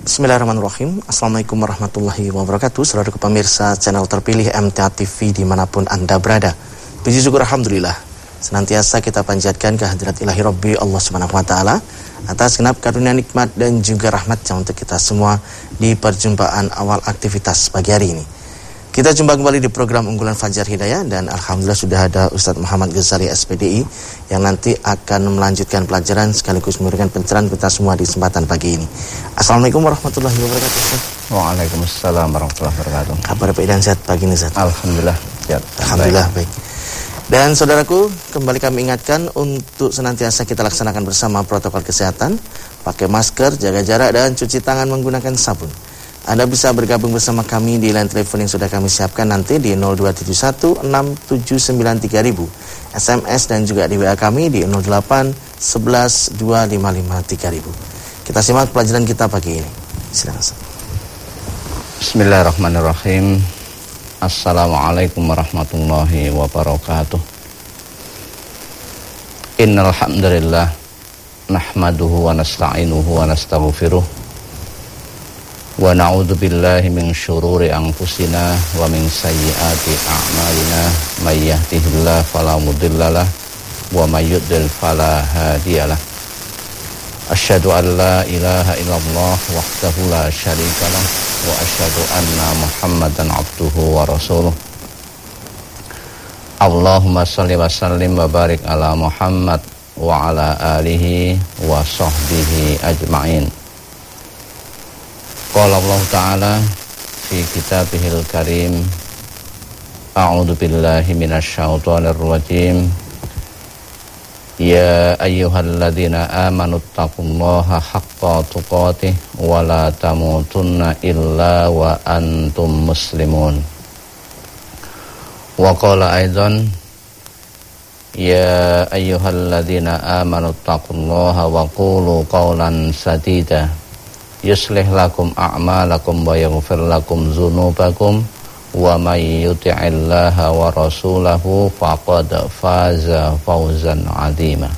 Bismillahirrahmanirrahim. Assalamualaikum warahmatullahi wabarakatuh. Saudara pemirsa channel terpilih MTA TV dimanapun Anda berada. Puji syukur alhamdulillah, senantiasa kita panjatkan kehadirat ilahi Rabbi Allah Subhanahu wa taala atas genap karunia nikmat dan juga rahmatnya untuk kita semua di perjumpaan awal aktivitas pagi hari ini. Kita jumpa kembali di program unggulan Fajar Hidayah dan alhamdulillah sudah ada Ustadz Muhammad Ghazali SPDI yang nanti akan melanjutkan pelajaran sekaligus memberikan pencerahan kita semua di kesempatan pagi ini. Assalamualaikum warahmatullahi wabarakatuh. Waalaikumsalam warahmatullahi wabarakatuh. Kabar baik dan sehat pagi ini, Ustadz? Alhamdulillah. Ya, alhamdulillah baik. Dan saudaraku, kembali kami ingatkan untuk senantiasa kita laksanakan bersama protokol kesehatan, pakai masker, jaga jarak dan cuci tangan menggunakan sabun. Anda bisa bergabung bersama kami di line telepon yang sudah kami siapkan nanti di 02716793000, SMS dan juga di WA kami di 08112553000. Kita simak pelajaran kita pagi ini. Silakan. Bismillahirrahmanirrahim. Assalamualaikum warahmatullahi wabarakatuh. Innal hamdalillah nahmaduhu wa nasta'inuhu wa nastaghfiruh. Wa na'udzu billahi min syururi anfusina wa min sayyiati a'malina may yahdihillahu fala mudhillalah wa may yudlil fala hadiyalah. Asyhadu an la ilaha illallah wahdahu la syarikalah wa asyhadu anna Muhammadan abduhu wa rasuluh. Allahumma shalli wa sallim wa barik ala Muhammad wa ala alihi wa sahbihi ajma'in. Qala Allah Ta'ala fi kitabihil karim, a'udzu billahi minasy syaithanir rajim. Ya ayyuhalladzina amanu taqullaha haqqa tuqatih wa la tamutunna illa wa antum muslimun. Wa qala aidan ya ayyuhalladzina amanu taqullaha wa qulu qawlan sadida yuslih lakum a'malakum wa yaghfir lakum dzunubakum wa may yuti'illaha wa rasulahu faqad faza fawzan 'azima.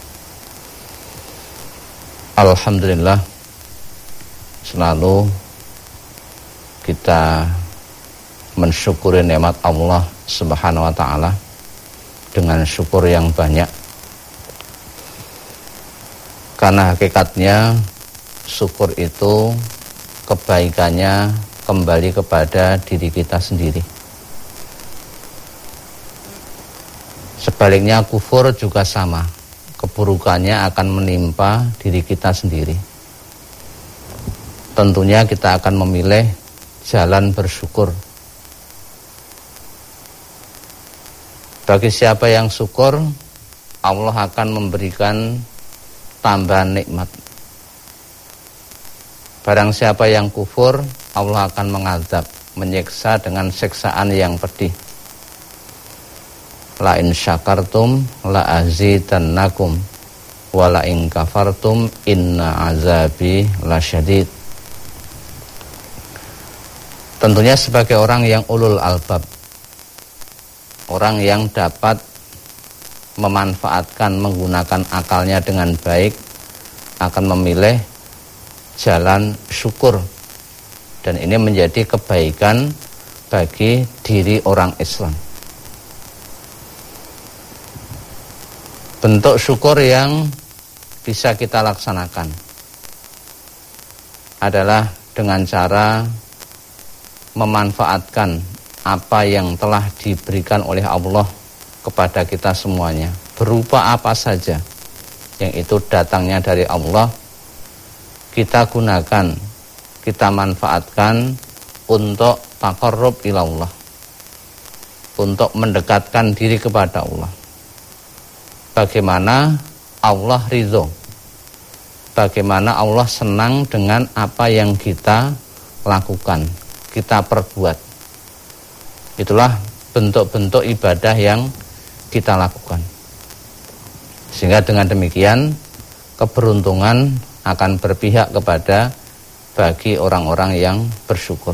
Alhamdulillah, selalu kita mensyukuri nikmat Allah Subhanahu wa taala dengan syukur yang banyak. Karena hakikatnya syukur itu kebaikannya kembali kepada diri kita sendiri. Sebaliknya kufur juga sama, keburukannya akan menimpa diri kita sendiri. Tentunya kita akan memilih jalan bersyukur. Bagi siapa yang syukur, Allah akan memberikan tambahan nikmat. Barang siapa yang kufur, Allah akan mengazab, menyiksa dengan siksaan yang pedih. La in syakartum la azidannakum wa la in kafartum inna azabi lasyadid. Tentunya sebagai orang yang ulul albab, orang yang dapat memanfaatkan, menggunakan akalnya dengan baik, akan memilih jalan syukur, dan ini menjadi kebaikan bagi diri orang Islam. Bentuk syukur yang bisa kita laksanakan adalah dengan cara memanfaatkan apa yang telah diberikan oleh Allah kepada kita semuanya, berupa apa saja yang itu datangnya dari Allah. Kita gunakan, kita manfaatkan untuk taqarrub ilallah, untuk mendekatkan diri kepada Allah. Bagaimana Allah ridho, bagaimana Allah senang dengan apa yang kita lakukan, kita perbuat. Itulah bentuk-bentuk ibadah yang kita lakukan. Sehingga dengan demikian keberuntungan akan berpihak kepada bagi orang-orang yang bersyukur.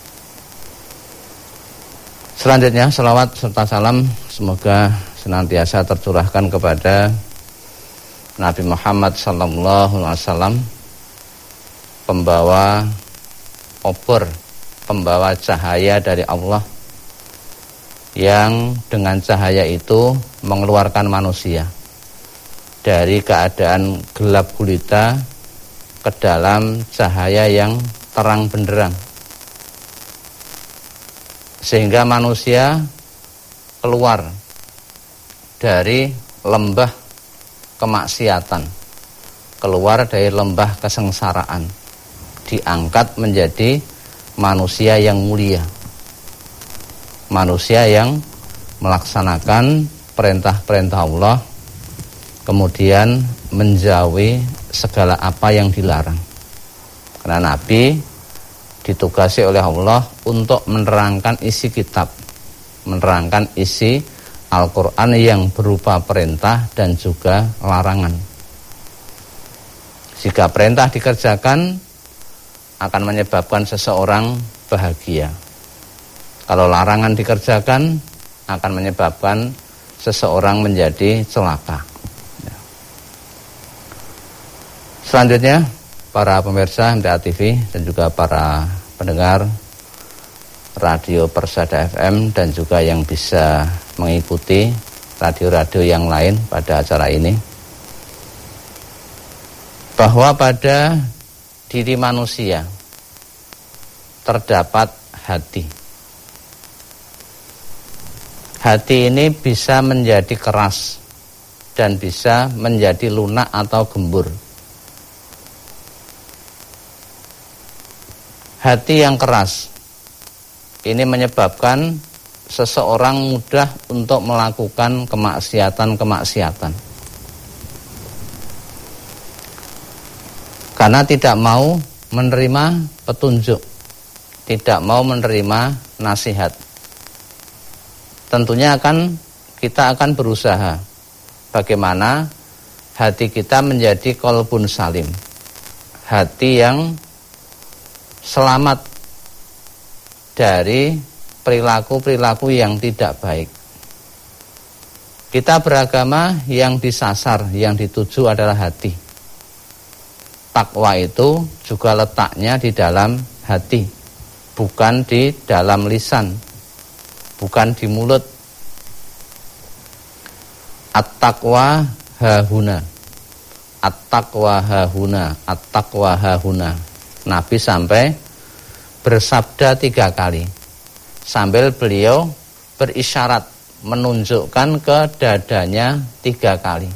Selanjutnya, salawat serta salam semoga senantiasa tercurahkan kepada Nabi Muhammad sallallahu alaihi wasallam, pembawa obor pembawa cahaya dari Allah, yang dengan cahaya itu mengeluarkan manusia dari keadaan gelap gulita ke dalam cahaya yang terang benderang, sehingga manusia keluar dari lembah kemaksiatan, keluar dari lembah kesengsaraan, diangkat menjadi manusia yang mulia, manusia yang melaksanakan perintah-perintah Allah, kemudian menjauhi segala apa yang dilarang. Karena Nabi ditugasi oleh Allah untuk menerangkan isi kitab, menerangkan isi Al-Quran yang berupa perintah dan juga larangan. Jika perintah dikerjakan, akan menyebabkan seseorang bahagia. Kalau larangan dikerjakan, akan menyebabkan seseorang menjadi celaka. Selanjutnya, para pemirsa MTA TV dan juga para pendengar Radio Persada FM dan juga yang bisa mengikuti radio-radio yang lain pada acara ini, bahwa pada diri manusia terdapat hati. Hati ini bisa menjadi keras dan bisa menjadi lunak atau gembur. Hati yang keras ini menyebabkan seseorang mudah untuk melakukan kemaksiatan-kemaksiatan, karena tidak mau menerima petunjuk, tidak mau menerima nasihat. Tentunya kita akan berusaha bagaimana hati kita menjadi qalbun salim, hati yang selamat dari perilaku-perilaku yang tidak baik. Kita beragama, yang disasar, yang dituju adalah hati. Takwa itu juga letaknya di dalam hati, bukan di dalam lisan, bukan di mulut. At-taqwa hahuna, at-taqwa hahuna, at-taqwa hahuna. Nabi sampai bersabda 3 kali sambil beliau berisyarat menunjukkan ke dadanya 3 kali.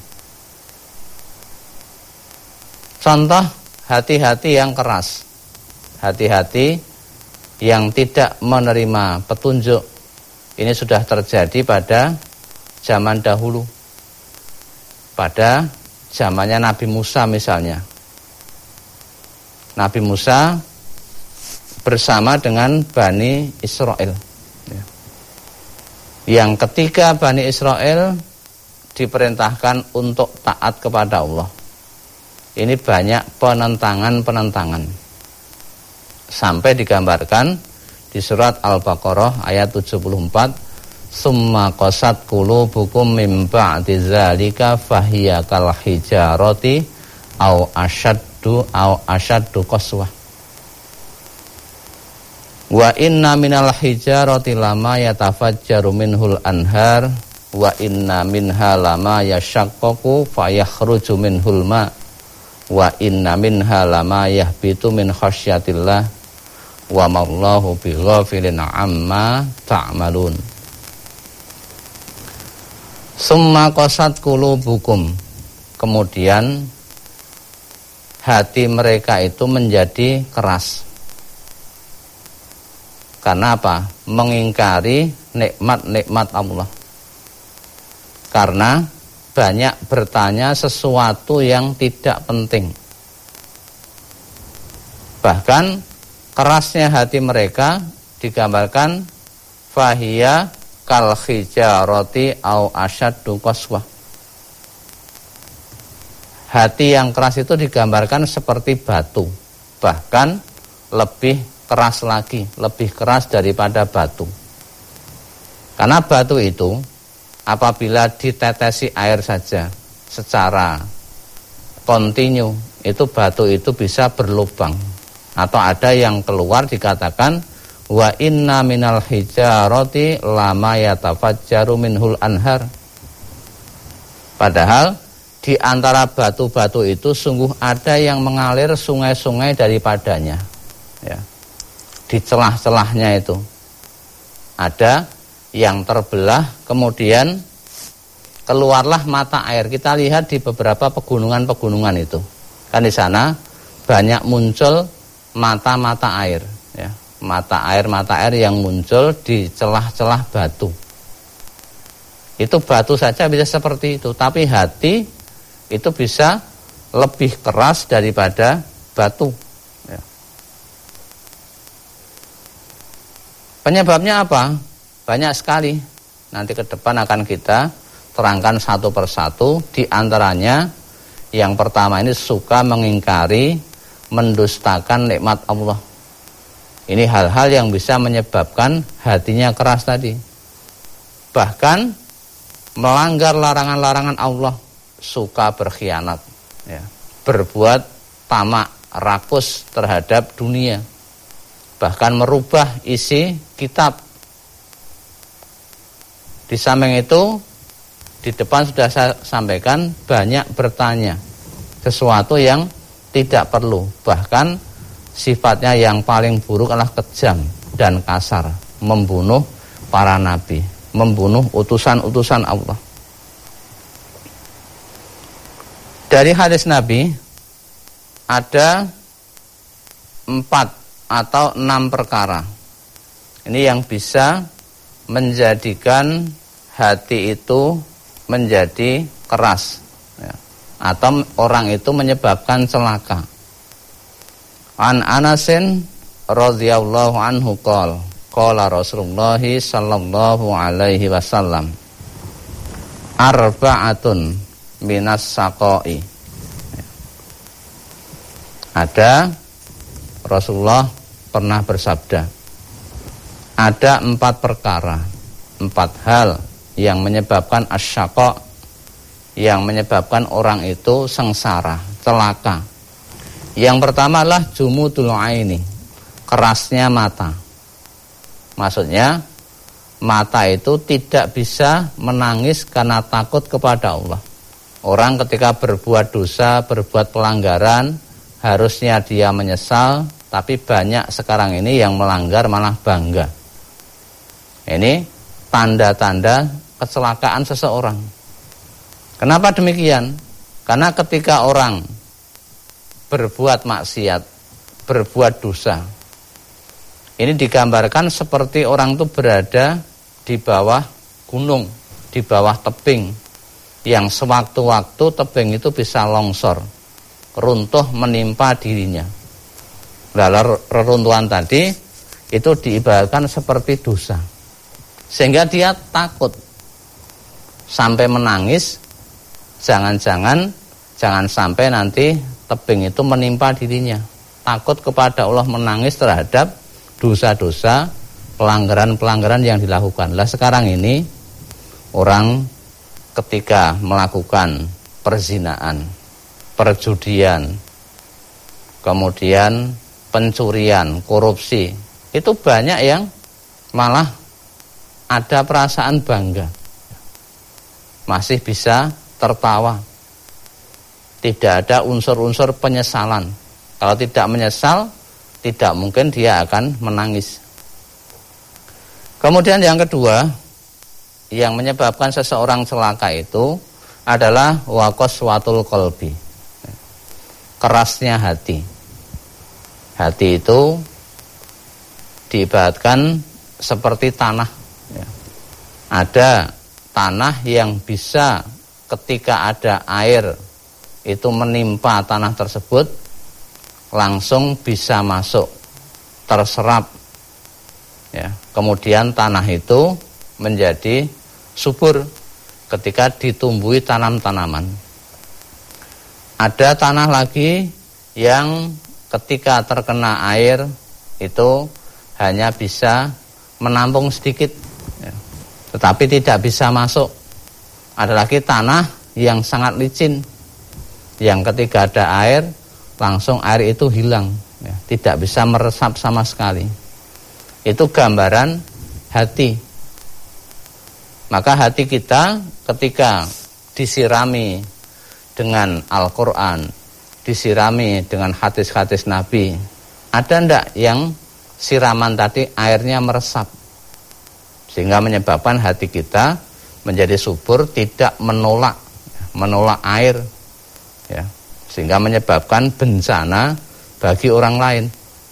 Contoh hati-hati yang keras, hati-hati yang tidak menerima petunjuk, ini sudah terjadi pada zaman dahulu, pada zamannya Nabi Musa misalnya. Nabi Musa bersama dengan Bani Israel, yang ketika Bani Israel diperintahkan untuk taat kepada Allah, ini banyak penentangan-penentangan, sampai digambarkan di surat Al-Baqarah ayat 74, summa qasat qulubukum mim ba'di dzalika fahiya kal hijarati au asyaddu qaswah. Wa inna minal hijarati lama yatafajjaru minhul anhar wa inna minha lama yashaqqaqu fayakhruju minhul ma wa inna minha lama yahbitu min khasyatillah wa mallahu bighafilin amma ta'malun. Summa qasat qulubukum, kemudian hati mereka itu menjadi keras. Karena apa? Mengingkari nikmat-nikmat Allah. Karena banyak bertanya sesuatu yang tidak penting. Bahkan kerasnya hati mereka digambarkan fahiya kal hijarati au asyaddu qaswah. Hati yang keras itu digambarkan seperti batu, bahkan lebih keras lagi, lebih keras daripada batu. Karena batu itu apabila ditetesi air saja secara kontinu, itu batu itu bisa berlubang, Atau ada yang keluar dikatakan wa inna minal hijarati lama yatafajjaru minhul anhar. Padahal di antara batu-batu itu sungguh ada yang mengalir sungai-sungai daripadanya. Ya. Di celah-celahnya itu ada yang terbelah, kemudian keluarlah mata air. Kita lihat di beberapa pegunungan-pegunungan itu. Kan di sana banyak muncul mata-mata air, ya. Mata air yang muncul di celah-celah batu. Itu batu saja bisa seperti itu, tapi hati itu bisa lebih keras daripada batu. Ya. Penyebabnya apa? Banyak sekali. Nanti ke depan akan kita terangkan satu persatu. Di antaranya yang pertama ini suka mengingkari, mendustakan nikmat Allah. Ini hal-hal yang bisa menyebabkan hatinya keras tadi. Bahkan melanggar larangan-larangan Allah, suka berkhianat, ya. Berbuat tamak, rakus terhadap dunia. Bahkan merubah isi kitab. Di samping itu, di depan sudah saya sampaikan, banyak bertanya sesuatu yang tidak perlu, bahkan sifatnya yang paling buruk adalah kejam dan kasar, membunuh para nabi, membunuh utusan-utusan Allah. Dari hadis Nabi ada 4 atau 6 perkara ini yang bisa menjadikan hati itu menjadi keras, ya. Atau orang itu menyebabkan celaka. An Anasin radhiyallahu anhu qala Rasulullah sallallahu alaihi wasallam arba'atun minas saqai. Ada Rasulullah pernah bersabda, ada 4 perkara, 4 hal yang menyebabkan asyaqa, yang menyebabkan orang itu sengsara, celaka. Yang pertama adalah jumudul aini, kerasnya mata. Maksudnya mata itu tidak bisa menangis karena takut kepada Allah. Orang ketika berbuat dosa, berbuat pelanggaran, harusnya dia menyesal, tapi banyak sekarang ini yang melanggar malah bangga. Ini tanda-tanda kecelakaan seseorang. Kenapa demikian? Karena ketika orang berbuat maksiat, berbuat dosa, ini digambarkan seperti orang itu berada di bawah gunung, di bawah tebing, yang sewaktu-waktu tebing itu bisa longsor, runtuh menimpa dirinya. Lalu reruntuhan tadi itu diibaratkan seperti dosa, sehingga dia takut sampai menangis. Jangan sampai nanti tebing itu menimpa dirinya. Takut kepada Allah, menangis terhadap dosa-dosa, pelanggaran-pelanggaran yang dilakukan. Lah sekarang ini orang ketika melakukan perzinaan, perjudian, kemudian pencurian, korupsi, itu banyak yang malah ada perasaan bangga, masih bisa tertawa, tidak ada unsur-unsur penyesalan. Kalau tidak menyesal, tidak mungkin dia akan menangis. Kemudian yang kedua, yang menyebabkan seseorang celaka itu adalah waqaswatul qalbi, kerasnya hati. Hati itu diibaratkan seperti tanah, ya. Ada tanah yang bisa ketika ada air itu menimpa tanah tersebut langsung bisa masuk, terserap, ya. Kemudian tanah itu menjadi subur ketika ditumbuhi tanam-tanaman. Ada tanah lagi yang ketika terkena air itu hanya bisa menampung sedikit, ya, tetapi tidak bisa masuk. Ada lagi tanah yang sangat licin, yang ketika ada air langsung air itu hilang, ya, tidak bisa meresap sama sekali. Itu gambaran hati. Maka hati kita ketika disirami dengan Al-Quran, disirami dengan hadis-hadis Nabi, ada ndak yang siraman tadi airnya meresap sehingga menyebabkan hati kita menjadi subur, tidak menolak air, ya, sehingga menyebabkan bencana bagi orang lain.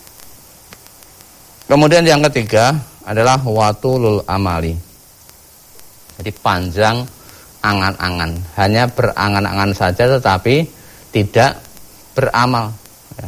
Kemudian yang ketiga adalah watulul amali. Jadi panjang angan-angan, hanya berangan-angan saja tetapi tidak beramal, ya.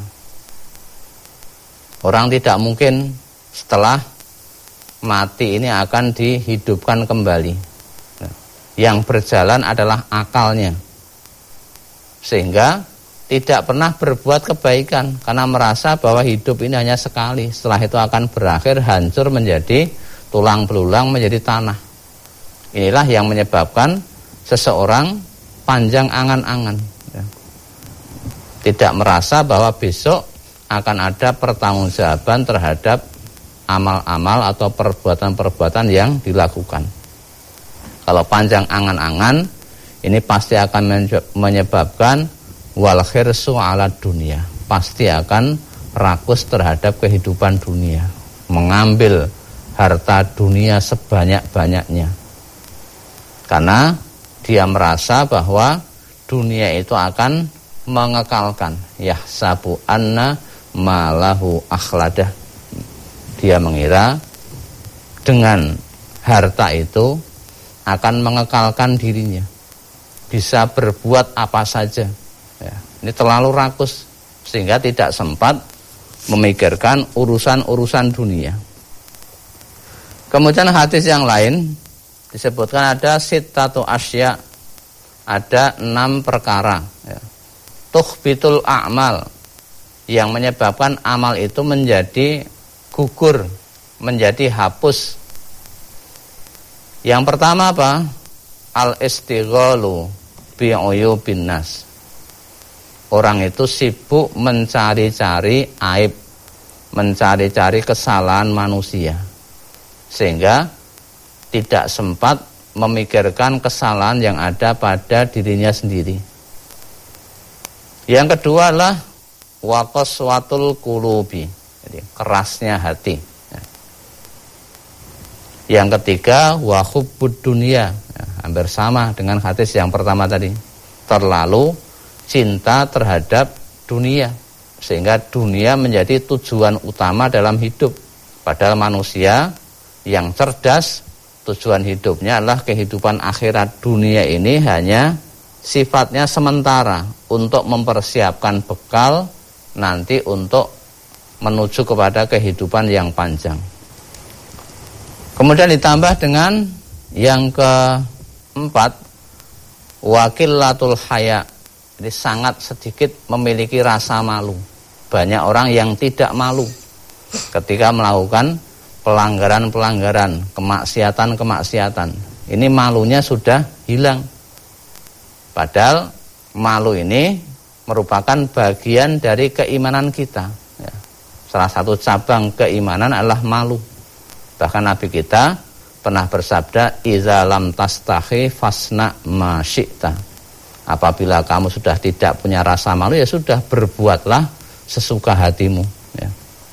Orang tidak mungkin setelah mati ini akan dihidupkan kembali. Yang berjalan adalah akalnya, sehingga tidak pernah berbuat kebaikan karena merasa bahwa hidup ini hanya sekali, setelah itu akan berakhir hancur menjadi tulang belulang, menjadi tanah. Inilah yang menyebabkan seseorang panjang angan-angan, ya. Tidak merasa bahwa besok akan ada pertanggungjawaban terhadap amal-amal atau perbuatan-perbuatan yang dilakukan. Kalau panjang angan-angan, ini pasti akan menyebabkan wal khirsu ala dunia, pasti akan rakus terhadap kehidupan dunia, mengambil harta dunia sebanyak-banyaknya. Karena dia merasa bahwa dunia itu akan mengekalkan. Yahsabu anna malahu akhladah. Dia mengira dengan harta itu akan mengekalkan dirinya, bisa berbuat apa saja, ya. Ini terlalu rakus sehingga tidak sempat memikirkan urusan-urusan dunia. Kemudian hadis yang lain disebutkan ada sittatu asya, ada 6 perkara, ya. Tukhbitul a'mal, yang menyebabkan amal itu menjadi gugur, menjadi hapus. Yang pertama apa? Al-istighalu bi'uyubin nas. Orang itu sibuk mencari-cari aib, mencari-cari kesalahan manusia, sehingga tidak sempat memikirkan kesalahan yang ada pada dirinya sendiri. Yang kedua adalah waqaswatul qulubi, jadi kerasnya hati. Yang ketiga wahubbud dunia, ya, hampir sama dengan hadis yang pertama tadi, terlalu cinta terhadap dunia sehingga dunia menjadi tujuan utama dalam hidup. Padahal manusia yang cerdas, tujuan hidupnya adalah kehidupan akhirat. Dunia ini hanya sifatnya sementara untuk mempersiapkan bekal nanti untuk menuju kepada kehidupan yang panjang. Kemudian ditambah dengan yang keempat, wakilatul haya. Jadi sangat sedikit memiliki rasa malu. Banyak orang yang tidak malu ketika melakukan pelanggaran-pelanggaran, kemaksiatan-kemaksiatan. Ini malunya sudah hilang. Padahal malu ini merupakan bagian dari keimanan kita, ya. Salah satu cabang keimanan adalah malu. Bahkan Nabi kita pernah bersabda, "Idza lam tastahi fasna ma syi'ta." Apabila kamu sudah tidak punya rasa malu, ya sudah, berbuatlah sesuka hatimu, ya.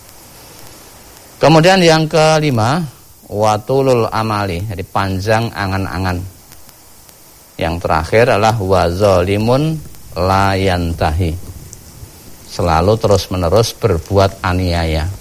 Kemudian yang kelima, watulul amali, jadi panjang angan-angan. Yang terakhir adalah wazalimun la yantahi, selalu terus-menerus berbuat aniaya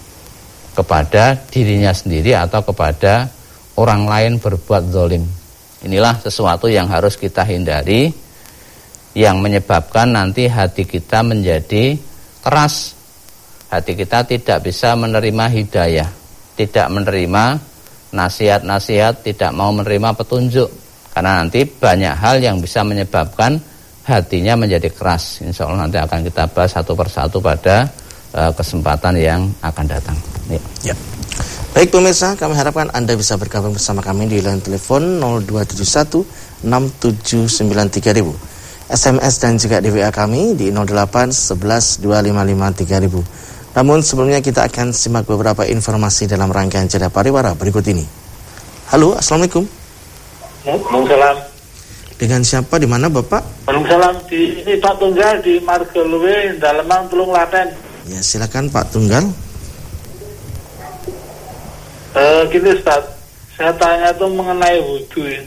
kepada dirinya sendiri atau kepada orang lain, berbuat zalim. Inilah sesuatu yang harus kita hindari, yang menyebabkan nanti hati kita menjadi keras. Hati kita tidak bisa menerima hidayah, tidak menerima nasihat-nasihat, tidak mau menerima petunjuk. Karena nanti banyak hal yang bisa menyebabkan hatinya menjadi keras. Insya Allah nanti akan kita bahas satu persatu pada kesempatan yang akan datang. Ya. Baik pemirsa, kami harapkan Anda bisa bergabung bersama kami di line telepon 0271 6793000, SMS dan juga di WA kami di 08 11 255 3000. Namun sebelumnya kita akan simak beberapa informasi dalam rangkaian jeda pariwara berikut ini. Halo, Assalamualaikum. Waalaikumsalam. Dengan siapa, di mana Bapak? Waalaikumsalam. Ini Pak Tunggal di Margolwe, Daleman, Tulung Klaten. Ya, silakan Pak Tunggal. Gini Ustaz, saya tanya itu mengenai wudhu ya.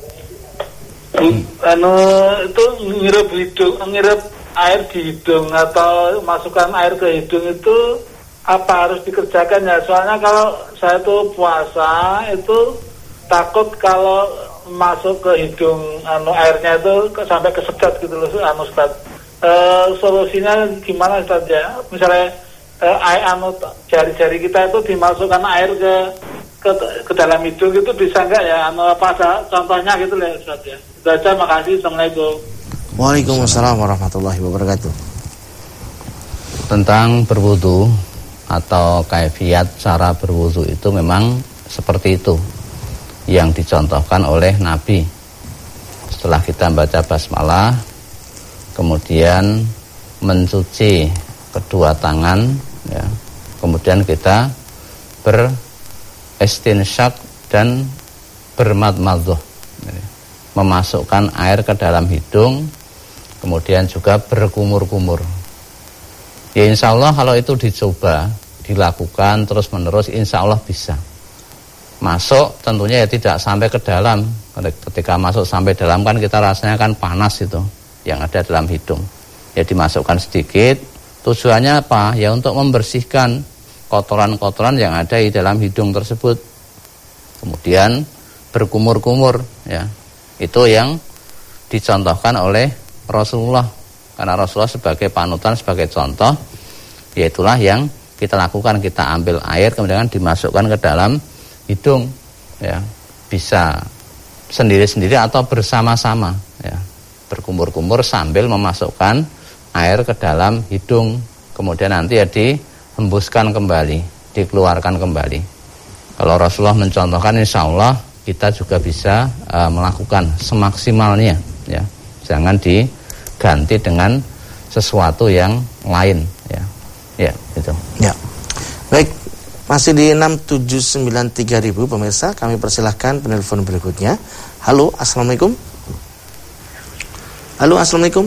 Itu ngirup air di hidung atau masukkan air ke hidung itu apa harus dikerjakan ya? Soalnya kalau saya tuh puasa itu takut kalau masuk ke hidung airnya itu sampai kesedot gitu loh Ustaz. Solusinya gimana Ustaz ya? Misalnya jari-jari kita itu dimasukkan air ke dalam hidung itu bisa enggak ya? Apa contohnya gitu lah Ustaz ya. Itu aja, makasih. Assalamualaikum. Waalaikumsalam warahmatullahi wabarakatuh. Tentang berwudu atau kaifiat cara berwudu itu memang seperti itu yang dicontohkan oleh Nabi. Setelah kita baca basmalah, kemudian mencuci kedua tangan, ya, kemudian kita beristinsyak dan bermadmadhah, memasukkan air ke dalam hidung, kemudian juga berkumur-kumur. Ya insya Allah kalau itu dicoba, dilakukan terus-menerus, insya Allah bisa. Masuk tentunya ya tidak sampai ke dalam. Ketika masuk sampai dalam kan kita rasanya kan panas itu yang ada dalam hidung. Ya dimasukkan sedikit. Tujuannya apa? Ya untuk membersihkan kotoran-kotoran yang ada di dalam hidung tersebut. Kemudian berkumur-kumur, ya. Itu yang dicontohkan oleh Rasulullah, karena Rasulullah sebagai panutan, sebagai contoh, yaitulah yang kita lakukan. Kita ambil air kemudian dimasukkan ke dalam hidung, ya, bisa sendiri-sendiri atau bersama-sama, ya, berkumur-kumur sambil memasukkan air ke dalam hidung, kemudian nanti ya dihembuskan kembali, dikeluarkan kembali. Kalau Rasulullah mencontohkan, insya Allah kita juga bisa melakukan semaksimalnya, ya, jangan diganti dengan sesuatu yang lain, ya, ya itu. Ya, baik, masih di 6793000 pemirsa, kami persilahkan penelpon berikutnya. Halo, assalamualaikum. Halo, assalamualaikum.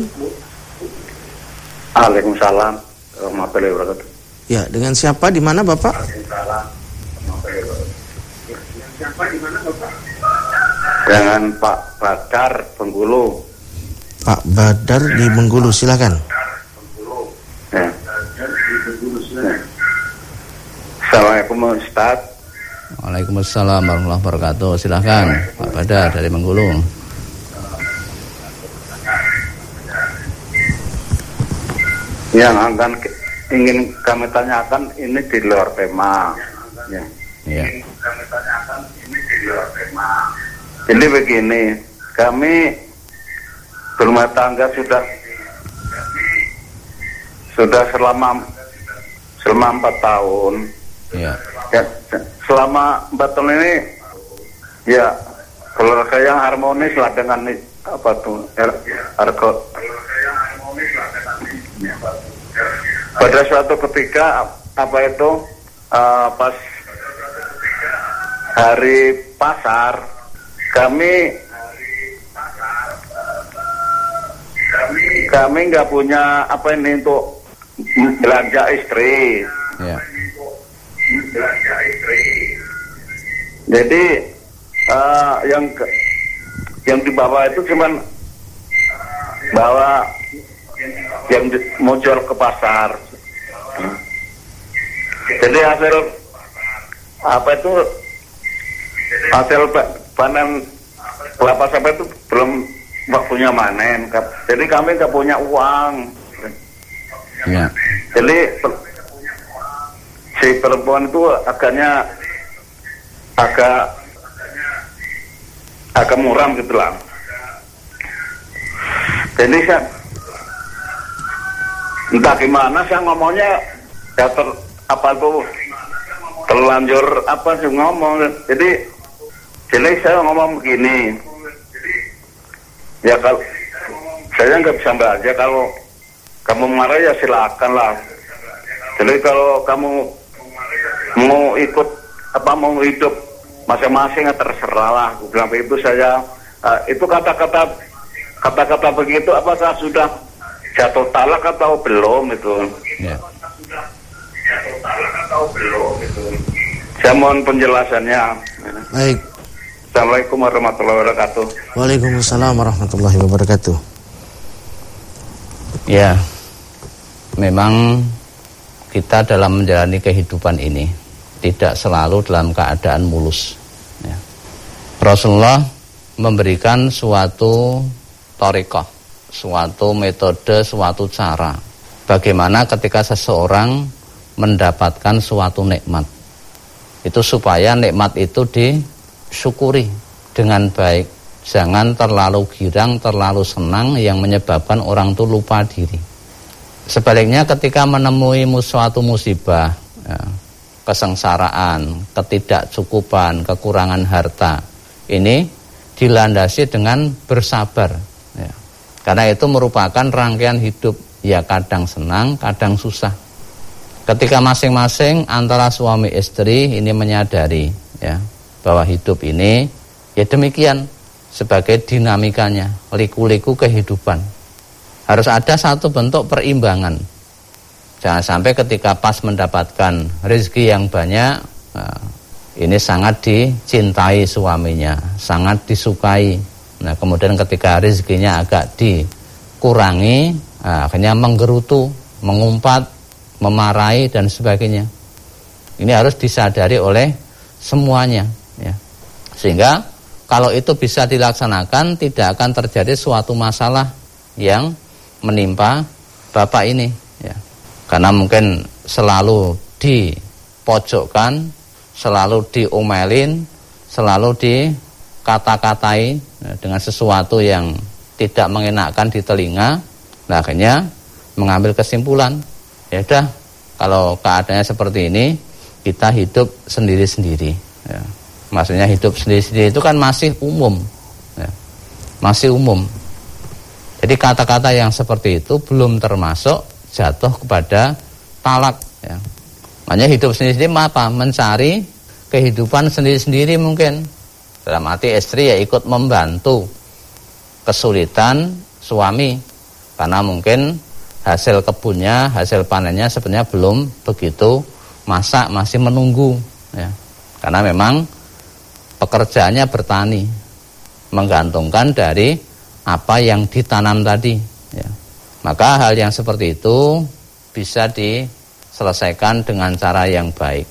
Waalaikumsalam warahmatullahi wabarakatuh. Ya, dengan siapa, di mana Bapak? Dengan Pak Badar Bengkulu. Pak Badar di Bengkulu, silakan. Ya. Assalamualaikum Ustaz. Waalaikumsalam warahmatullahi wabarakatuh. Silakan Pak Badar dari Bengkulu. Yang akan ingin kami tanyakan ini di luar tema. Ya. Ya. Jadi begini, kami berumah tangga sudah selama 4 tahun. Ya. Ya, selama 4 tahun ini ya keluarga yang harmonis lah dengan apa tuh pada suatu ketika pas hari pasar kami nggak punya untuk belanja istri. Ya. Jadi yang dibawa itu cuman bawa yang mau jual ke pasar. Jadi hasil panen kelapa sawit itu belum waktunya manen. Jadi kami nggak punya uang. Ya. Jadi si perempuan itu agak muram gitu lah. Jadi saya entah gimana saya ngomongnya ya terlanjur ngomong. Jadi saya ngomong begini. Ya kalau saya nggak bisa baca, kalau kamu marah ya silakan lah. Jadi kalau kamu mau ikut mau hidup masing-masing terserah lah. Aku bilang itu saya itu kata-kata begitu apakah sudah jatuh talak atau belum itu? Ya. Saya mohon penjelasannya. Baik. Assalamualaikum warahmatullahi wabarakatuh. Waalaikumsalam warahmatullahi wabarakatuh. Ya, memang kita dalam menjalani kehidupan ini tidak selalu dalam keadaan mulus. Ya. Rasulullah memberikan suatu thariqah, suatu metode, suatu cara bagaimana ketika seseorang mendapatkan suatu nikmat. Itu supaya nikmat itu disyukuri dengan baik. Jangan terlalu girang, terlalu senang yang menyebabkan orang itu lupa diri. Sebaliknya ketika menemui suatu musibah, ya, kesengsaraan, ketidakcukupan, kekurangan harta, ini dilandasi dengan bersabar. Ya. Karena itu merupakan rangkaian hidup, ya kadang senang, kadang susah. Ketika masing-masing antara suami istri ini menyadari, ya, bahwa hidup ini ya demikian sebagai dinamikanya, liku-liku kehidupan. Harus ada satu bentuk perimbangan. Jangan sampai ketika pas mendapatkan rezeki yang banyak, nah, ini sangat dicintai suaminya, sangat disukai. Nah, kemudian ketika rezekinya agak dikurangi, nah, akhirnya menggerutu, mengumpat, memarahi dan sebagainya. Ini harus disadari oleh semuanya, ya. Sehingga kalau itu bisa dilaksanakan, tidak akan terjadi suatu masalah yang menimpa bapak ini, ya. Karena mungkin selalu dipojokkan, selalu diomelin, selalu dikata-katai, ya, dengan sesuatu yang tidak mengenakkan di telinga. Nah, akhirnya mengambil kesimpulan, ya udah, kalau keadaannya seperti ini, kita hidup sendiri-sendiri, ya. Maksudnya hidup sendiri-sendiri itu kan masih umum, ya. Masih umum. Jadi kata-kata yang seperti itu belum termasuk jatuh kepada talak, ya. Makanya hidup sendiri-sendiri apa? Mencari kehidupan sendiri-sendiri mungkin. Dalam arti istri ya ikut membantu kesulitan suami, karena mungkin hasil kebunnya, hasil panennya sebenarnya belum begitu masak, masih menunggu, ya. Karena memang pekerjaannya bertani, menggantungkan dari apa yang ditanam tadi, ya. Maka hal yang seperti itu bisa diselesaikan dengan cara yang baik.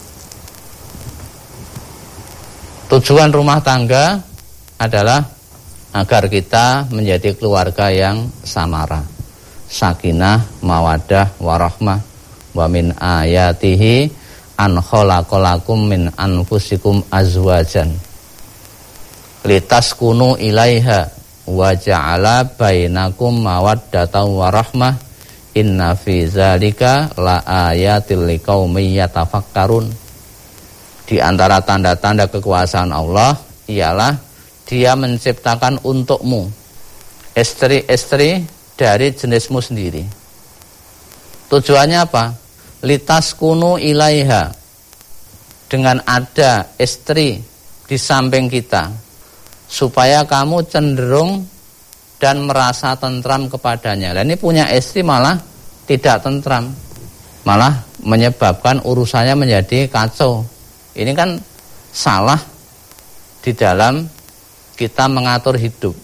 Tujuan rumah tangga adalah agar kita menjadi keluarga yang samara, sakinah, mawaddah, warahmah. Wa min ayatihi an khalaqalakum min anfusikum azwajan litaskunu ilaiha wa ja'ala bainakum mawaddatan warahmah inna fi dzalika la ayatil liqaumin yatafakkarun. Di antara tanda-tanda kekuasaan Allah ialah Dia menciptakan untukmu istri-istri dari jenismu sendiri. Tujuannya apa? Litaskunu ilaiha, dengan ada istri di samping kita, supaya kamu cenderung dan merasa tentram kepadanya. Dan ini punya istri malah tidak tentram, malah menyebabkan urusannya menjadi kacau. Ini kan salah di dalam kita mengatur hidup.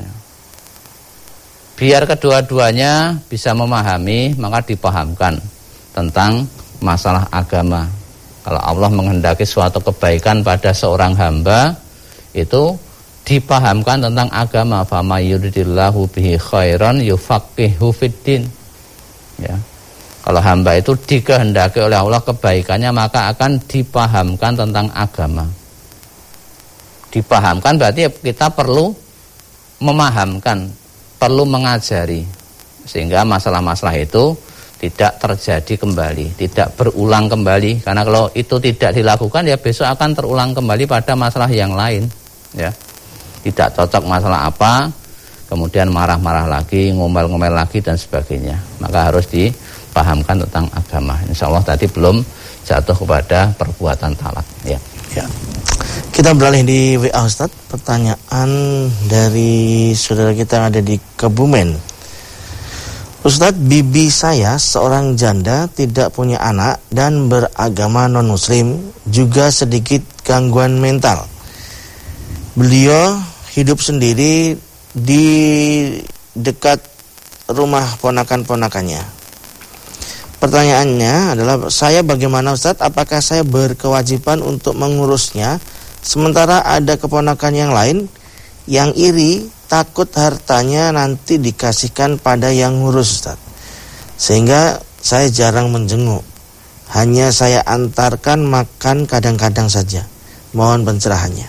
Biar kedua-duanya bisa memahami, maka dipahamkan tentang masalah agama. Kalau Allah menghendaki suatu kebaikan pada seorang hamba, itu dipahamkan tentang agama. Fama yuridillahu bihi khairan yufaqihu fiddin. Ya. Kalau hamba itu dikehendaki oleh Allah kebaikannya, maka akan dipahamkan tentang agama. Dipahamkan berarti kita perlu memahamkan, perlu mengajari, sehingga masalah-masalah itu tidak terjadi kembali, tidak berulang kembali. Karena kalau itu tidak dilakukan, ya besok akan terulang kembali pada masalah yang lain, ya. Tidak cocok masalah apa, kemudian marah-marah lagi, ngomel-ngomel lagi dan sebagainya. Maka harus pahamkan tentang agama. Insyaallah tadi belum jatuh kepada perbuatan talak. Ya. Kita beralih di WA Ustaz. Pertanyaan dari saudara kita yang ada di Kebumen. Ustaz, bibi saya seorang janda, tidak punya anak dan beragama non-muslim, juga sedikit gangguan mental. Beliau hidup sendiri di dekat rumah ponakan-ponakannya. Pertanyaannya adalah, saya bagaimana Ustaz? Apakah saya berkewajiban untuk mengurusnya, sementara ada keponakan yang lain yang iri, takut hartanya nanti dikasihkan pada yang ngurus Ustaz, sehingga saya jarang menjenguk. Hanya saya antarkan makan kadang-kadang saja. Mohon pencerahannya.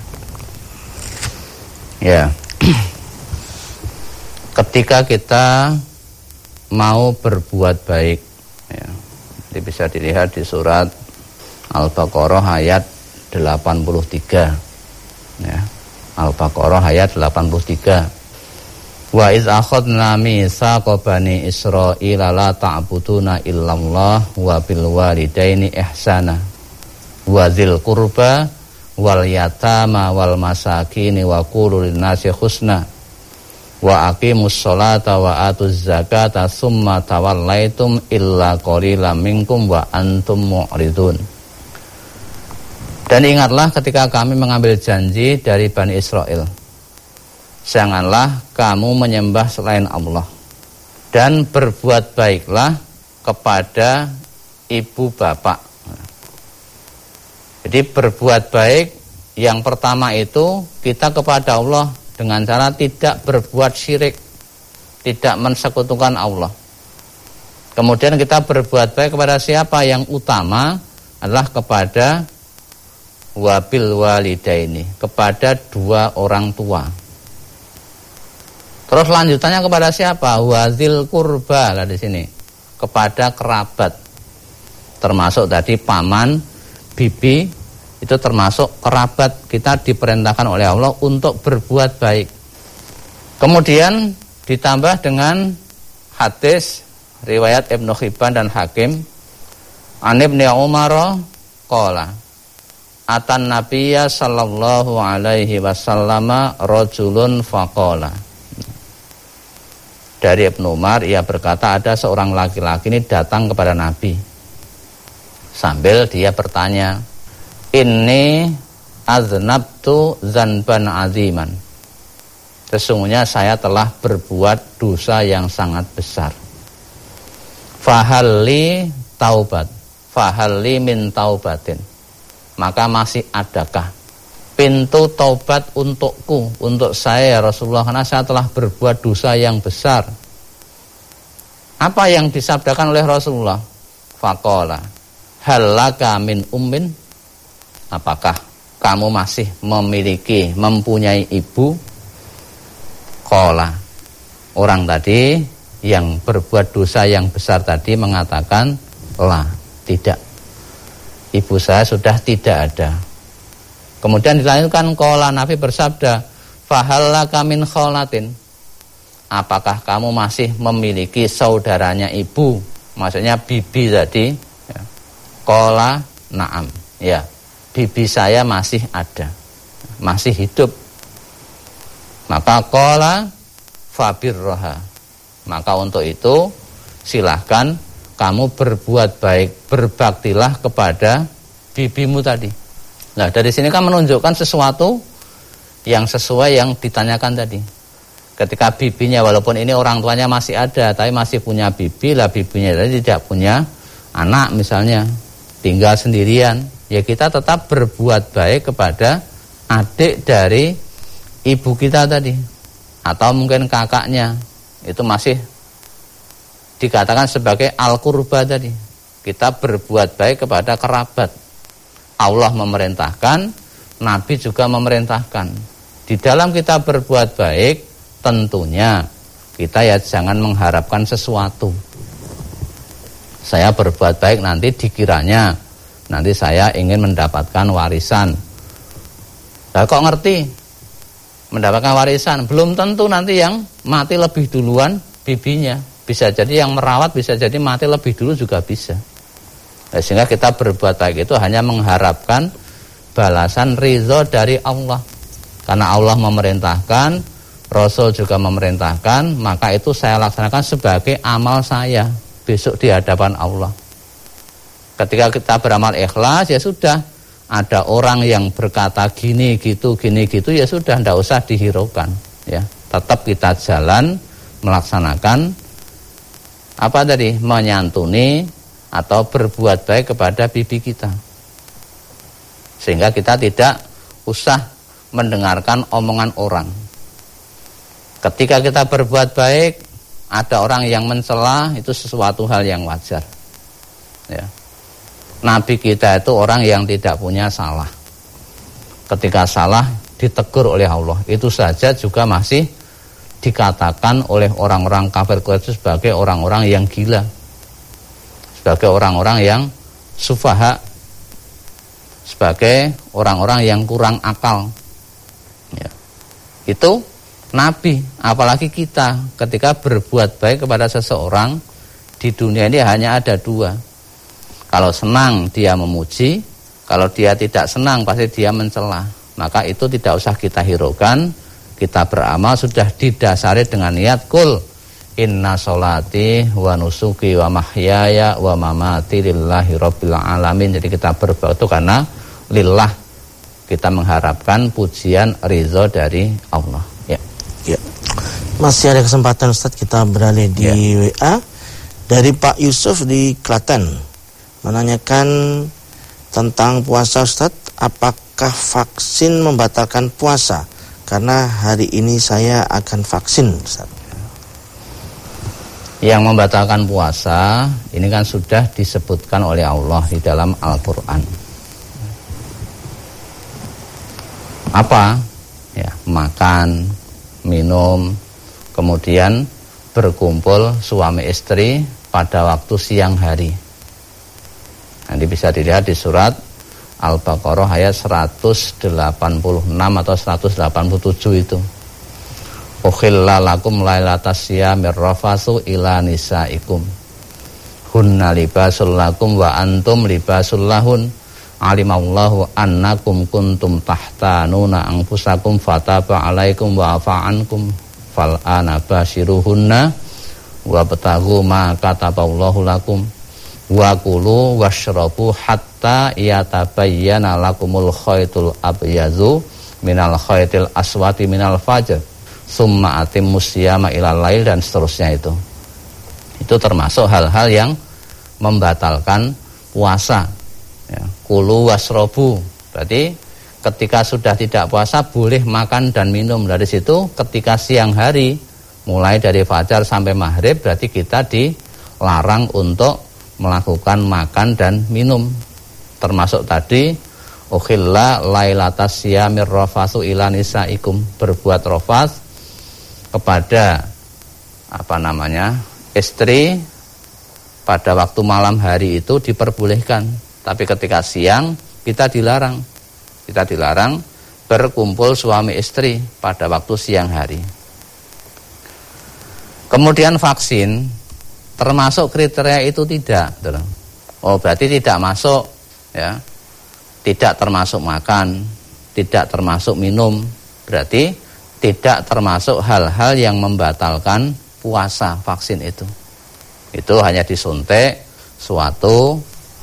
Ya. Ketika kita mau berbuat baik, ya, ini bisa dilihat di surat Al-Baqarah ayat 83. Ya. Al-Baqarah ayat 83. Wa iz akhadna mitsaqa bani Israila la ta'buduna illallah wa bil walidaini ihsana wa dzil qurba wal yatama wal masakin wa qulu lin-nasi husna wa aqimus sholata wa atuz zakata summa tawallaitum illa qalilan minkum wa antum mu'ridun. Dan ingatlah ketika kami mengambil janji dari Bani Israel, janganlah kamu menyembah selain Allah, dan berbuat baiklah kepada ibu bapak. Jadi berbuat baik yang pertama itu kita kepada Allah dengan cara tidak berbuat syirik, tidak mensekutukan Allah. Kemudian kita berbuat baik kepada siapa? Yang utama adalah kepada wabil walidaini, kepada dua orang tua. Terus lanjutannya kepada siapa? Wazil kurba lah di sini, kepada kerabat. Termasuk tadi paman, bibi, itu termasuk kerabat. Kita diperintahkan oleh Allah untuk berbuat baik. Kemudian ditambah dengan hadis riwayat Ibnu Hibban dan Hakim, An Ibnu Umar qala atan nabiyya sallallahu alaihi wasallam rajulun faqala. Dari Ibnu Umar, ia berkata, ada seorang laki-laki ini datang kepada Nabi sambil dia bertanya, inni aznabtu zanban aziman, sesungguhnya saya telah berbuat dosa yang sangat besar. Fahalli taubat, fahalli min taubatin, maka masih adakah pintu taubat untukku, untuk saya Rasulullah, karena saya telah berbuat dosa yang besar. Apa yang disabdakan oleh Rasulullah? Faqala halaka min ummin, apakah kamu masih mempunyai ibu? Qala, orang tadi yang berbuat dosa yang besar tadi mengatakan, la, tidak, ibu saya sudah tidak ada. Kemudian dilanjutkan, qala, Nabi bersabda, fahallaka min kholatin, apakah kamu masih memiliki saudaranya ibu? Maksudnya bibi tadi. Qala na'am, ya, bibi saya masih ada, masih hidup. Maka qala fabirroha, maka untuk itu silahkan kamu berbuat baik, berbaktilah kepada bibimu tadi. Nah, dari sini kan menunjukkan sesuatu yang sesuai yang ditanyakan tadi. Ketika bibinya, walaupun ini orang tuanya masih ada, tapi masih punya bibi, lah bibinya tadi tidak punya anak misalnya, tinggal sendirian, ya kita tetap berbuat baik kepada adik dari ibu kita tadi, atau mungkin kakaknya, itu masih dikatakan sebagai al-qurba tadi. Kita berbuat baik kepada kerabat. Allah memerintahkan, Nabi juga memerintahkan. Di dalam kita berbuat baik, tentunya kita ya jangan mengharapkan sesuatu. Saya berbuat baik nanti dikiranya nanti saya ingin mendapatkan warisan. Lah kok ngerti mendapatkan warisan? Belum tentu nanti yang mati lebih duluan bibinya. Bisa jadi yang merawat, bisa jadi mati lebih dulu juga bisa. Sehingga kita berbuat baik itu hanya mengharapkan balasan ridho dari Allah. Karena Allah memerintahkan, Rasul juga memerintahkan, maka itu saya laksanakan sebagai amal saya besok di hadapan Allah. Ketika kita beramal ikhlas, ya sudah. Ada orang yang berkata gini gitu ya sudah, tidak usah dihiraukan. Ya, tetap kita jalan melaksanakan apa tadi, menyantuni atau berbuat baik kepada bibi kita, sehingga kita tidak usah mendengarkan omongan orang. Ketika kita berbuat baik, ada orang yang mencela, itu sesuatu hal yang wajar. Ya. Nabi kita itu orang yang tidak punya salah. Ketika salah ditegur oleh Allah, itu saja juga masih dikatakan oleh orang-orang kafir Quraisy sebagai orang-orang yang gila, sebagai orang-orang yang sufaha, sebagai orang-orang yang kurang akal. Ya. Itu Nabi, apalagi kita ketika berbuat baik kepada seseorang di dunia ini hanya ada dua. Kalau senang dia memuji, kalau dia tidak senang pasti dia mencela. Maka itu tidak usah kita hiraukan. Kita beramal sudah didasari dengan niat kul inna sholati wa nusuki wa mahyaya wa mamati lillahi rabbil alamin. Jadi kita berbuat itu karena lillah, kita mengharapkan pujian ridho dari Allah. Ya. Ya. Masih ada kesempatan Ustaz, kita beralih di WA dari Pak Yusuf di Klaten. Menanyakan tentang puasa Ustaz, apakah vaksin membatalkan puasa? Karena hari ini saya akan vaksin Ustaz. Yang membatalkan puasa ini kan sudah disebutkan oleh Allah di dalam Al-Quran. Apa? Ya, makan, minum, kemudian berkumpul suami istri pada waktu siang hari. Nanti bisa dilihat di surat Al-Baqarah ayat 186 atau 187 itu. Ukhilla lakum lailatas siyamir rafasu ila nisaikum. Hunna libasul lakum wa antum libasul lahun. Alimallahu annakum kuntum tahtanuna anfusakum fataba alaikum wa afa ankum. Fal'ana bashiruhunna wa bataghu ma kataballahu lakum. Wa kulu washrabu hatta yatabayyana lakumul khaytul abyazu minal khaytil aswati minal fajr summa atimmus siyama ilal lail, dan seterusnya itu. Itu termasuk hal-hal yang membatalkan puasa. Ya, kulu washrabu berarti ketika sudah tidak puasa boleh makan dan minum. Dari situ ketika siang hari mulai dari fajar sampai maghrib berarti kita dilarang untuk melakukan makan dan minum. Termasuk tadi ukhilla lailatas siyamir rafasu ila nisaikum, berbuat rafas kepada istri pada waktu malam hari itu diperbolehkan, tapi ketika siang kita dilarang. Kita dilarang berkumpul suami istri pada waktu siang hari. Kemudian vaksin termasuk kriteria itu tidak. Oh, berarti tidak masuk, ya. Tidak termasuk makan, tidak termasuk minum. Berarti tidak termasuk hal-hal yang membatalkan puasa vaksin itu. Itu hanya disuntik suatu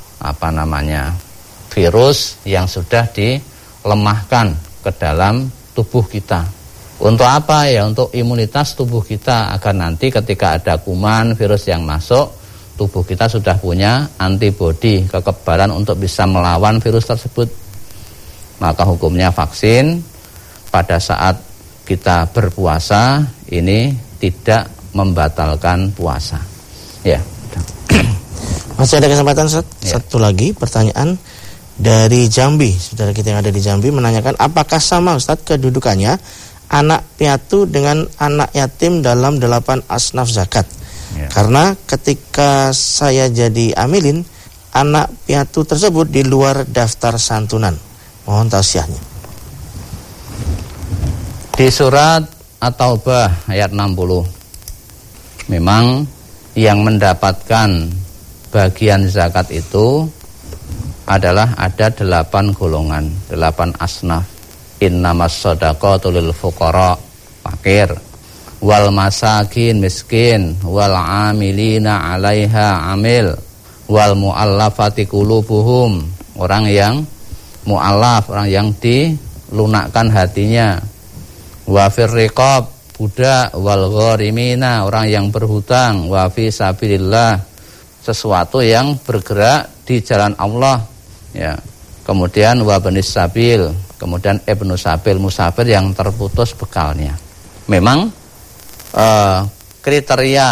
virus yang sudah dilemahkan ke dalam tubuh kita. Untuk apa? Ya untuk imunitas tubuh kita, agar nanti ketika ada kuman, virus yang masuk, tubuh kita sudah punya antibodi, kekebalan untuk bisa melawan virus tersebut. Maka hukumnya vaksin pada saat kita berpuasa ini tidak membatalkan puasa. Ya. Masih ada kesempatan satu lagi pertanyaan dari Jambi. Saudara kita yang ada di Jambi menanyakan, apakah sama Ustaz kedudukannya anak piatu dengan anak yatim dalam 8 asnaf zakat? Ya. Karena ketika saya jadi amilin, anak piatu tersebut di luar daftar santunan. Mohon tausiahnya. Di surat At-Taubah ayat 60 memang yang mendapatkan bagian zakat itu adalah ada 8 golongan, 8 asnaf. Innamas shadaqatu lil fuqara, fakir, wal masakin, miskin, wal amilina 'alaiha, amil, wal muallafati qulubuhum, orang yang muallaf, orang yang dilunakkan hatinya, wa fir riqab, budak, wal gharimina, orang yang berhutang, wa fi sabilillah, sesuatu yang bergerak di jalan Allah, ya. Kemudian wa banis sabil, kemudian ibnu sabil, musafir yang terputus bekalnya. Memang kriteria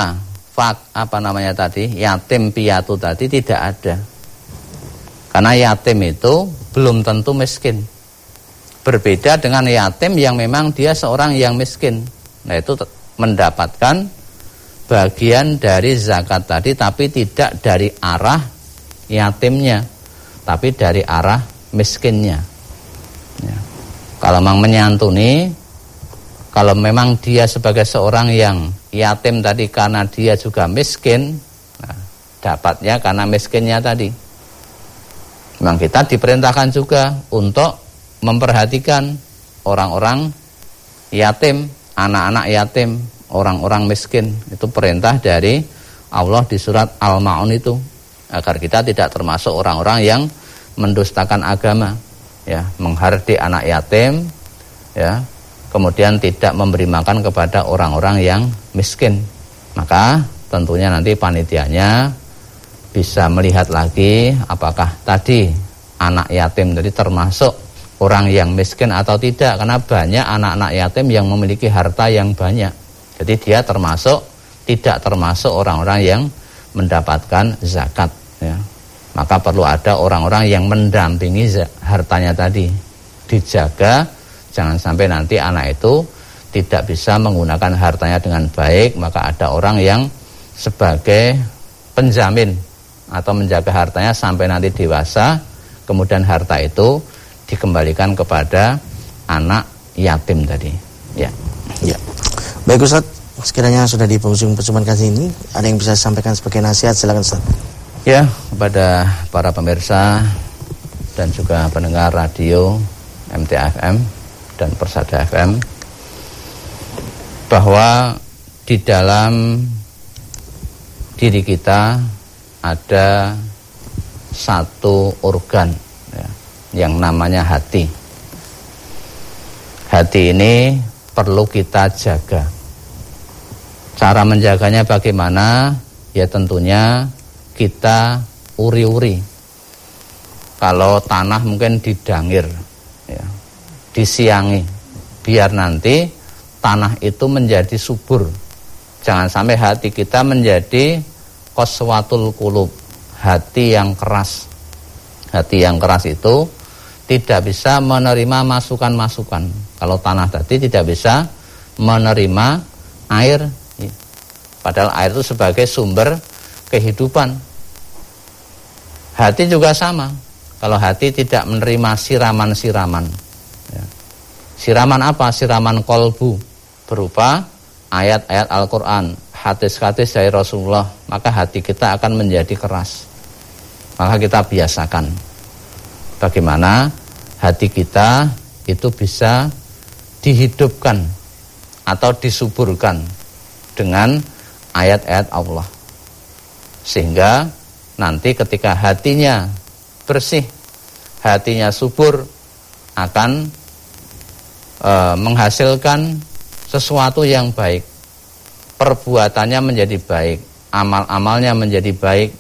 yatim piatu tadi tidak ada. Karena yatim itu belum tentu miskin. Berbeda dengan yatim yang memang dia seorang yang miskin. Nah, itu mendapatkan bagian dari zakat tadi, tapi tidak dari arah yatimnya, tapi dari arah miskinnya. Ya. Kalau memang menyantuni, kalau memang dia sebagai seorang yang yatim tadi karena dia juga miskin, nah, dapatnya karena miskinnya tadi. Memang kita diperintahkan juga untuk memperhatikan orang-orang yatim, anak-anak yatim, orang-orang miskin. Itu perintah dari Allah di surat Al-Ma'un itu, agar kita tidak termasuk orang-orang yang mendustakan agama, ya, menghardik anak yatim, ya, kemudian tidak memberi makan kepada orang-orang yang miskin. Maka tentunya nanti panitianya bisa melihat lagi apakah tadi anak yatim tadi termasuk orang yang miskin atau tidak, karena banyak anak-anak yatim yang memiliki harta yang banyak. Jadi dia tidak termasuk orang-orang yang mendapatkan zakat, ya. Maka perlu ada orang-orang yang mendampingi hartanya tadi, dijaga jangan sampai nanti anak itu tidak bisa menggunakan hartanya dengan baik. Maka ada orang yang sebagai penjamin atau menjaga hartanya sampai nanti dewasa, kemudian harta itu dikembalikan kepada anak yatim tadi. Ya. Ya. Baik Ustaz, sekiranya sudah di penghujung perjumpaan kali ini, ada yang bisa disampaikan sebagai nasihat, silakan Ustaz. Ya, kepada para pemirsa dan juga pendengar radio MTA FM dan Persada FM, bahwa di dalam diri kita ada satu organ, ya, yang namanya hati. Hati ini perlu kita jaga. Cara menjaganya bagaimana? Ya tentunya kita uri-uri. Kalau tanah mungkin didangir, ya, disiangi, biar nanti tanah itu menjadi subur. Jangan sampai hati kita menjadi qaswatul qulub, hati yang keras. Hati yang keras itu tidak bisa menerima masukan-masukan. Kalau tanah tadi tidak bisa menerima air, padahal air itu sebagai sumber kehidupan. Hati juga sama. Kalau hati tidak menerima siraman-siraman, ya. Siraman apa? Siraman kolbu, berupa ayat-ayat Al-Quran, hadis-hadis dari Rasulullah, maka hati kita akan menjadi keras. Maka kita biasakan bagaimana hati kita itu bisa dihidupkan atau disuburkan dengan ayat-ayat Allah, sehingga nanti ketika hatinya bersih, hatinya subur, akan menghasilkan sesuatu yang baik, perbuatannya menjadi baik, amal-amalnya menjadi baik,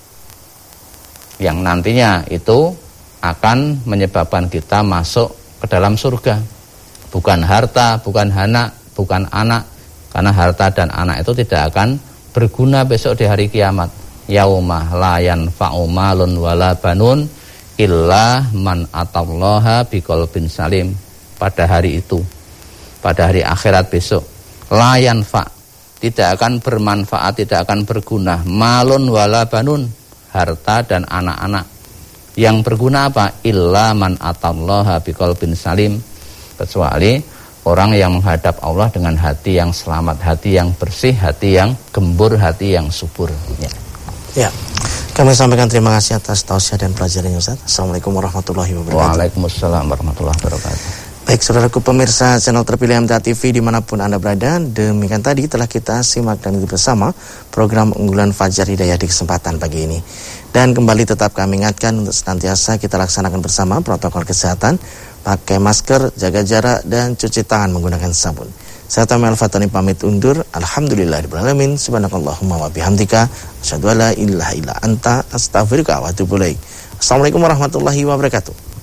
yang nantinya itu akan menyebabkan kita masuk ke dalam surga. Bukan harta, bukan anak, karena harta dan anak itu tidak akan berguna besok di hari kiamat. Yaumah la yanfa'u malun wala banun illa man atallaha biqalbin salim. Pada hari itu, pada hari akhirat besok, la yanfa', tidak akan bermanfaat, tidak akan berguna, malun wala banun, harta dan anak-anak. Yang berguna apa? Illa man atallaha biqalbin salim, kecuali orang yang menghadap Allah dengan hati yang selamat, hati yang bersih, hati yang gembur, hati yang subur. Ya. Kami sampaikan terima kasih atas tausiah dan pelajarannya Ustaz. Assalamualaikum warahmatullahi wabarakatuh. Waalaikumsalam warahmatullahi wabarakatuh. Baik, saudaraku pemirsa channel terpilih MTA TV dimanapun Anda berada, demikian tadi telah kita simak dan ikuti bersama program unggulan Fajar Hidayah di kesempatan pagi ini. Dan kembali tetap kami ingatkan untuk senantiasa kita laksanakan bersama protokol kesehatan, pakai masker, jaga jarak, dan cuci tangan menggunakan sabun. Saya Tamil Fatani pamit undur. Alhamdulillahirabbil alamin. Subhanakallahumma wa bihamdika asyhadu an la ilaha illa anta astaghfiruka wa atubu ilaik. Assalamualaikum warahmatullahi wabarakatuh.